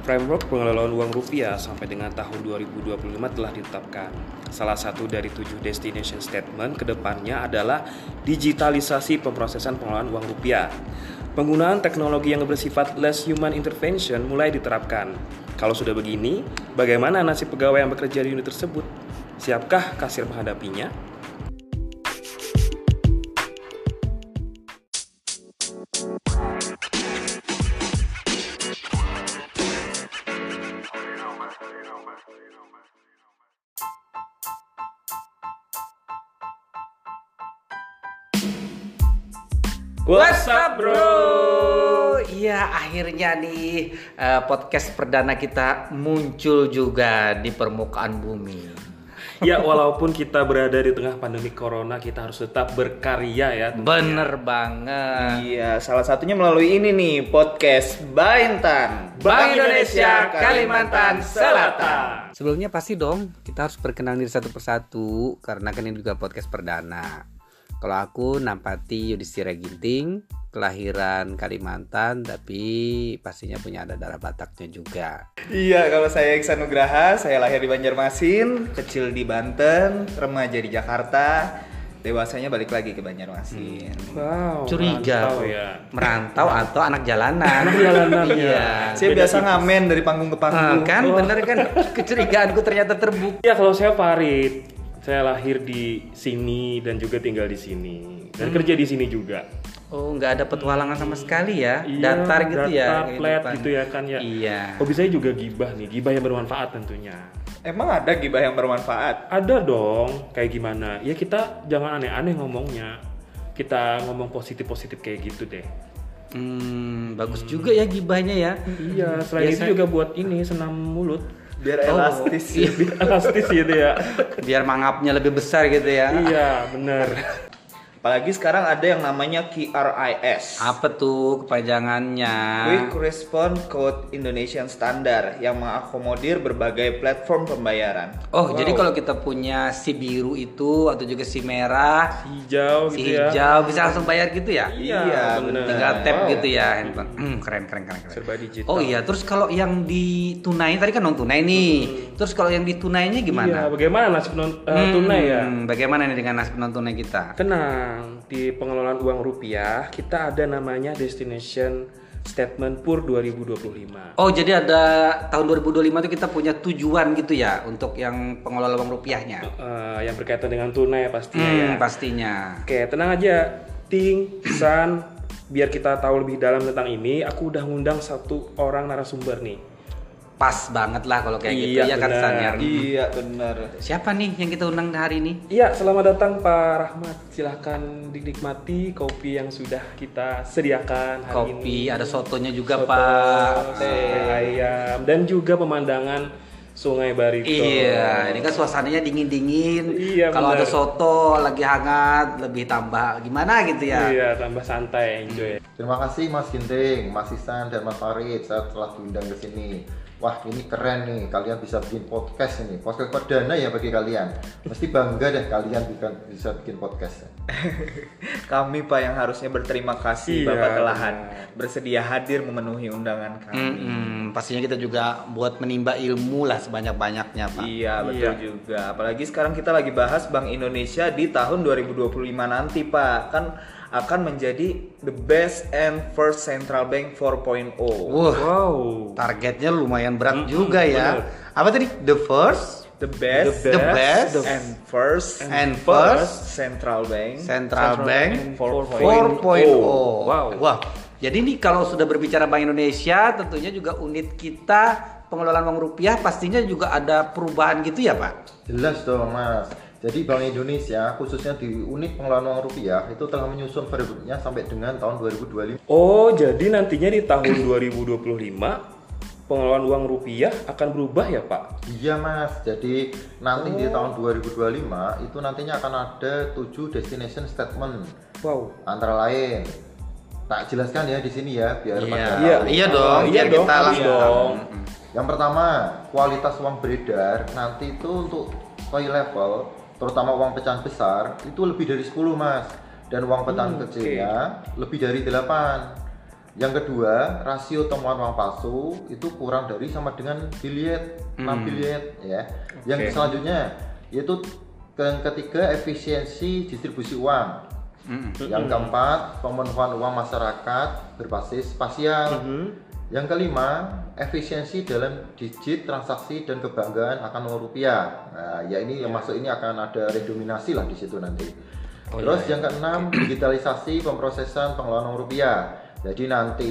Framework pengelolaan uang rupiah sampai dengan tahun 2025 telah ditetapkan. Salah satu dari 7 destination statement ke depannya adalah digitalisasi pemrosesan pengelolaan uang rupiah. Penggunaan teknologi yang bersifat less human intervention mulai diterapkan. Kalau sudah begini, bagaimana nasib pegawai yang bekerja di unit tersebut? Siapkah kasir menghadapinya? What's up bro? Iya, akhirnya nih podcast perdana kita muncul juga di permukaan bumi. Ya, walaupun kita berada di tengah pandemi corona, kita harus tetap berkarya ya. Bener banget. Iya, salah satunya melalui ini nih, podcast Baintan, Bank Indonesia Kalimantan Selatan. Sebelumnya pasti dong kita harus perkenalan diri satu persatu karena kan ini juga podcast perdana. Kalau aku Nampati Yudhistira Ginting, kelahiran Kalimantan tapi pastinya punya ada darah Bataknya juga. Iya, kalau saya Iksan Nugraha, saya lahir di Banjarmasin, kecil di Banten, remaja di Jakarta, dewasanya balik lagi ke Banjarmasin. Wow, Curiga merantau atau anak jalanan. Anak jalanan. Iya. Saya biasa ngamen dari panggung ke panggung. Kan bener kan, kecurigaanku ternyata terbukti. Ya, kalau saya Farid, saya lahir di sini dan juga tinggal di sini dan kerja di sini juga. Oh, nggak ada petualangan sama sekali ya? Iya, datar gitu ya? datar, flat kehidupan. gitu ya kan ya. Iya. Hobi saya juga gibah nih, gibah yang bermanfaat tentunya. Emang ada gibah yang bermanfaat? Ada dong, kayak gimana? Ya kita jangan aneh-aneh ngomongnya. Kita ngomong positif-positif kayak gitu deh. Bagus juga ya gibahnya ya. Iya, selain itu juga buat ini senam mulut. Biar elastis. Biar elastis gitu ya. Biar mangapnya lebih besar gitu ya. Iya, benar. Apalagi sekarang ada yang namanya QRIS. Apa tuh kepanjangannya? Quick Response Code Indonesian Standard yang mengakomodir berbagai platform pembayaran. Oh, jadi kalau kita punya si biru itu atau juga si merah, Hijau si gitu ya. hijau bisa langsung bayar gitu ya? Iya, benar. Tinggal tap gitu ya handphone. Keren. Serba digital. Oh iya, terus kalau yang ditunai tadi kan non tunai nih. Terus kalau yang ditunainya Iya, gimana? bagaimana nasib tunai ya? Bagaimana nih dengan nasib non tunai kita? Tenang, di pengelolaan uang rupiah kita ada namanya Destination Statement PUR 2025. Oh, jadi ada tahun 2025 itu kita punya tujuan gitu ya untuk yang pengelola uang rupiahnya. Yang berkaitan dengan tunai pastinya ya. Pastinya. Oke, tenang aja, Ting, San, biar kita tahu lebih dalam tentang ini, aku udah ngundang satu orang narasumber nih. Pas banget lah kalau kayak gitu Iya, ya kan benar. San ya. Iya, benar. Siapa nih yang kita undang hari ini? Iya, selamat datang Pak Rahmat. Silahkan dinikmati kopi yang sudah kita sediakan hari ini. Kopi, ada sotonya juga Soto, Pak. sate ayam, dan juga pemandangan Sungai Barito. Iya, ini kan suasananya dingin-dingin. Iya, kalau benar. ada soto lagi hangat, lebih tambah gimana gitu ya. Iya, tambah santai, enjoy. Terima kasih Mas Ginting, Mas Isan, dan Mas Farid. Saya telah diundang ke sini. Wah, ini keren nih. Kalian bisa bikin podcast ini. Podcast perdana ya bagi kalian. Mesti bangga deh kalian bisa bikin podcast. Kami Pak yang harusnya berterima kasih Iya, Bapak telah benar. bersedia hadir memenuhi undangan kami. Pastinya kita juga buat menimba ilmu lah sebanyak-banyaknya Pak. Iya, betul juga. Apalagi sekarang kita lagi bahas Bank Indonesia di tahun 2025 nanti, Pak. Kan akan menjadi the best and first central bank 4.0. Wah, Wow. targetnya lumayan berat juga ya. bener. Apa tadi? The first The best, The best and first central bank Central Bank 4.0. 4.0. Wow. Wah, jadi nih kalau sudah berbicara Bank Indonesia, tentunya juga unit kita pengelolaan uang rupiah pastinya juga ada perubahan gitu ya Pak? Jelas dong Mas. Jadi Bank Indonesia khususnya di unit pengelolaan uang rupiah itu telah menyusun frameworknya sampai dengan tahun 2025. Oh, jadi nantinya di tahun 2025 pengelolaan uang rupiah akan berubah ya, Pak? Iya Mas. Jadi nanti di tahun 2025 itu nantinya akan ada 7 destination statement. Wow. Antara lain tak jelaskan ya di sini ya biar pada tahu. Iya dong, Iya biar dong, kita harus langsung. dong. Yang pertama, kualitas uang beredar nanti itu untuk toy level, terutama uang pecahan besar itu lebih dari 10 Mas, dan uang pecahan kecilnya lebih dari 8. Yang kedua, rasio temuan uang palsu itu kurang dari sama dengan biliet, 6 biliet ya. Yang selanjutnya yaitu yang ketiga, efisiensi distribusi uang. Yang keempat, pemenuhan uang masyarakat berbasis spasial. Yang kelima, efisiensi dalam digit transaksi dan kebanggaan akan uang rupiah. Nah, ya ini yang masuk ini akan ada redominasi lah di situ nanti. Terus yang keenam, digitalisasi pemrosesan pengelolaan uang rupiah. Jadi nanti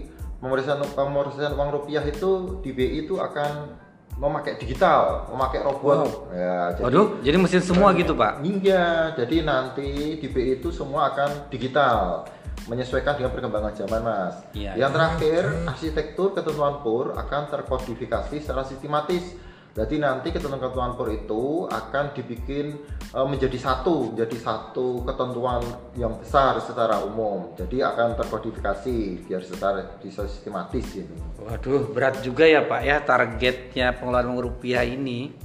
pemrosesan uang rupiah itu di BI itu akan memakai digital, memakai robot. Ya, jadi mesin semua gitu Pak? Iya, jadi nanti di BI itu semua akan digital, menyesuaikan dengan perkembangan zaman Mas. Yang terakhir, arsitektur ketentuan PUR akan terkodifikasi secara sistematis. Jadi nanti ketentuan-ketentuan PUR itu akan dibikin menjadi satu ketentuan yang besar secara umum. Jadi akan terkodifikasi biar secara sistematis ini. Waduh, berat juga ya Pak ya targetnya pengelolaan uang rupiah ini.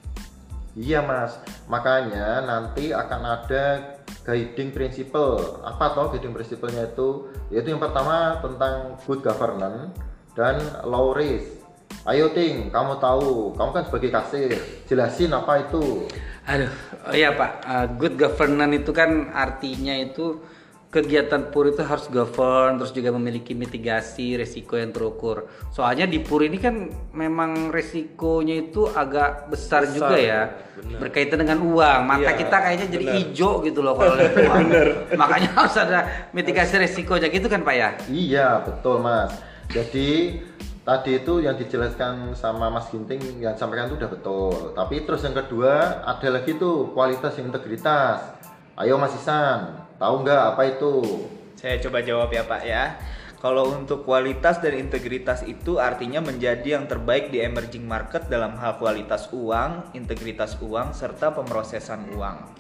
Iya Mas, makanya nanti akan ada guiding principle. Apa toh guiding principle-nya itu? Yaitu yang pertama tentang good governance dan low risk. Ayo Ting, kamu tahu, kamu kan sebagai kasir, jelasin apa itu. Aduh, oh iya Pak, good governance itu kan artinya itu kegiatan PUR itu harus govern, terus juga memiliki mitigasi resiko yang terukur. Soalnya di PUR ini kan memang resikonya itu agak besar juga ya, berkaitan dengan uang. Mata kita kayaknya jadi hijau gitu loh kalau lihat uang. Makanya harus ada mitigasi resikonya gitu kan Pak ya? Iya, betul Mas. Jadi tadi itu yang dijelaskan sama Mas Ginting yang sampaikan itu udah betul. Tapi terus yang kedua ada lagi tuh kualitas dan integritas. Ayo Mas Isan, tahu nggak apa itu? Saya coba jawab ya Pak ya. Kalau untuk kualitas dan integritas itu artinya menjadi yang terbaik di emerging market dalam hal kualitas uang, integritas uang, serta pemrosesan uang.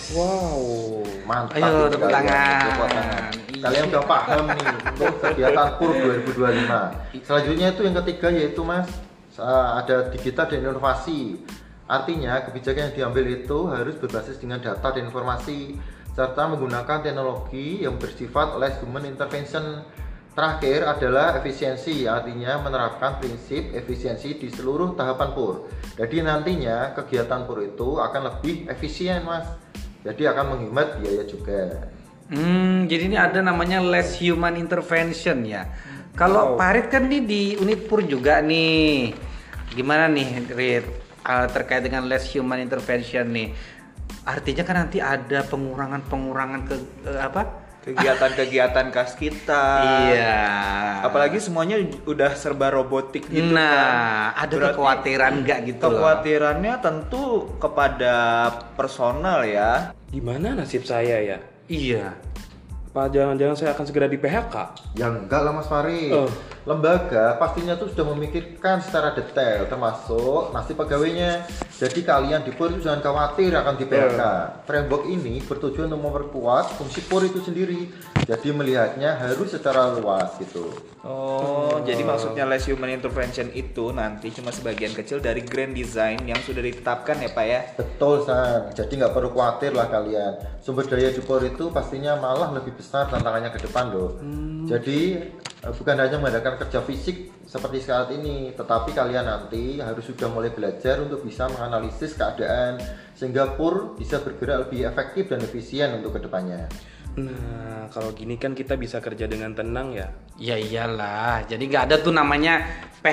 Wow, mantap. Ayo tepuk tangan. Kalian udah paham nih untuk kegiatan PUR 2025. Selanjutnya itu yang ketiga yaitu Mas, ada digital dan inovasi. Artinya kebijakan yang diambil itu harus berbasis dengan data dan informasi serta menggunakan teknologi yang bersifat less human intervention. Terakhir adalah efisiensi, artinya menerapkan prinsip efisiensi di seluruh tahapan PUR. Jadi nantinya kegiatan PUR itu akan lebih efisien Mas. Jadi akan menghemat biaya juga. Jadi ini ada namanya less human intervention ya. Kalau Pak Rit kan nih di unit PUR juga nih. Gimana nih Rit terkait dengan less human intervention nih? Artinya kan nanti ada pengurangan kegiatan-kegiatan kas kita. Iya. Apalagi semuanya udah serba robotik gitu kan. Ada berarti kekhawatiran nggak gitu? Kekhawatirannya tentu kepada personal ya. Gimana nasib saya ya? Iya. Apa jangan-jangan saya akan segera di PHK? Ya enggak lah Mas Farid. Lembaga pastinya tuh sudah memikirkan secara detail termasuk nasib pegawainya. Jadi kalian di PUR itu jangan khawatir akan di PHK. Framework ini bertujuan untuk memperkuat fungsi PUR itu sendiri. Jadi melihatnya harus secara luas gitu. Jadi maksudnya less human intervention itu nanti cuma sebagian kecil dari grand design yang sudah ditetapkan ya Pak ya? Betul San, jadi nggak perlu khawatir lah kalian. Sumber daya di PUR itu pastinya malah lebih besar tantangannya ke depan loh. Jadi bukan hanya mengandalkan kerja fisik seperti saat ini, tetapi kalian nanti harus sudah mulai belajar untuk bisa menganalisis keadaan sehingga PUR bisa bergerak lebih efektif dan efisien untuk kedepannya. Nah, kalau gini kan kita bisa kerja dengan tenang ya? Ya iyalah, jadi nggak ada tuh namanya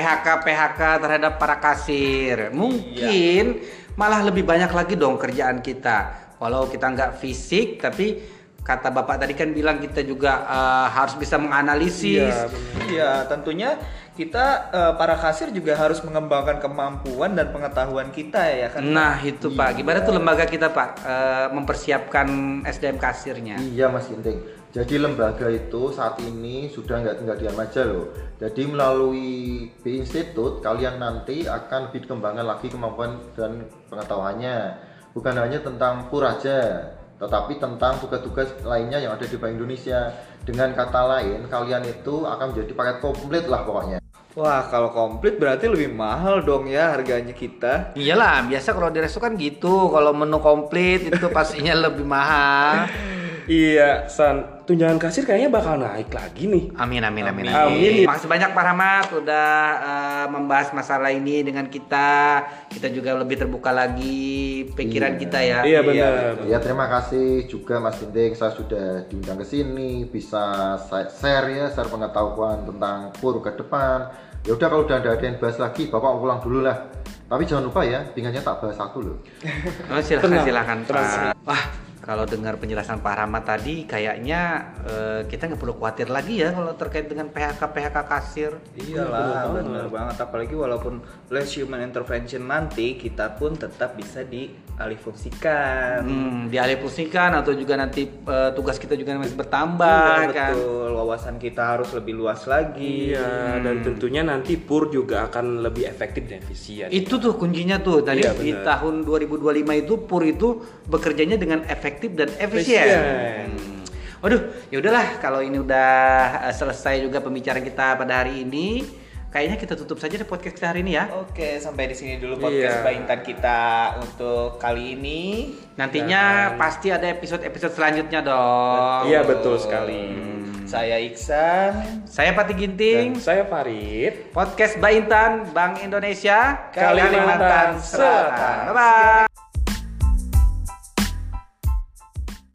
PHK terhadap para kasir. Mungkin malah lebih banyak lagi dong kerjaan kita. Walau kita nggak fisik, tapi kata Bapak tadi kan bilang kita juga harus bisa menganalisis. Iya, tentunya kita para kasir juga harus mengembangkan kemampuan dan pengetahuan kita ya kan. Nah itu Pak, gimana tuh lembaga kita Pak mempersiapkan SDM kasirnya? Iya Mas Ginting, jadi lembaga itu saat ini sudah nggak tinggal diam aja loh. Jadi melalui B Institute kalian nanti akan lebih dikembangkan lagi kemampuan dan pengetahuannya. Bukan hanya tentang PUR aja, tetapi tentang tugas-tugas lainnya yang ada di Bank Indonesia. Dengan kata lain, kalian itu akan menjadi paket komplit lah pokoknya. Wah, kalau komplit berarti lebih mahal dong ya harganya kita. Iyalah, biasa kalau di resto kan gitu. Kalau menu komplit itu pastinya lebih mahal. Iya, San. Tunjangan kasir kayaknya bakal naik lagi nih. Amin. Amin. Makasih banyak Pak Rahmat udah membahas masalah ini dengan kita. Kita juga lebih terbuka lagi pikiran kita ya. Iya benar. Ya terima kasih juga Mas Ginting, saya sudah diundang ke sini, bisa share pengetahuan tentang PUR ke depan. Ya udah kalau udah ada yang bahas lagi, Bapak pulang dulu lah. Tapi jangan lupa ya, pinggannya tak bahas satu loh. Oh, silakan Pak. Wah, kalau dengar penjelasan Pak Rahmat tadi, kayaknya kita nggak perlu khawatir lagi ya kalau terkait dengan PHK kasir. Iyalah, benar banget. Apalagi walaupun less human intervention nanti, kita pun tetap bisa dialihfungsikan. Dialihfungsikan atau juga nanti tugas kita juga masih bertambah kan. Betul, wawasan kita harus lebih luas lagi. Iya, dan tentunya nanti PUR juga akan lebih efektif dan efisien. Itu tuh kuncinya tuh. Tadi Iya, di benar. tahun 2025 itu PUR itu bekerjanya dengan efektif dan efisien. Waduh, ya udahlah kalau ini udah selesai juga pembicaraan kita pada hari ini. Kayaknya kita tutup saja deh podcast kita hari ini ya. Oke, sampai di sini dulu podcast Baintan kita untuk kali ini. Nantinya pasti ada episode-episode selanjutnya dong. Iya, betul sekali. Saya Iksan. Saya Pati Ginting. Dan saya Farid. Podcast Baintan Bank Indonesia Kalimantan Selatan. Bye bye.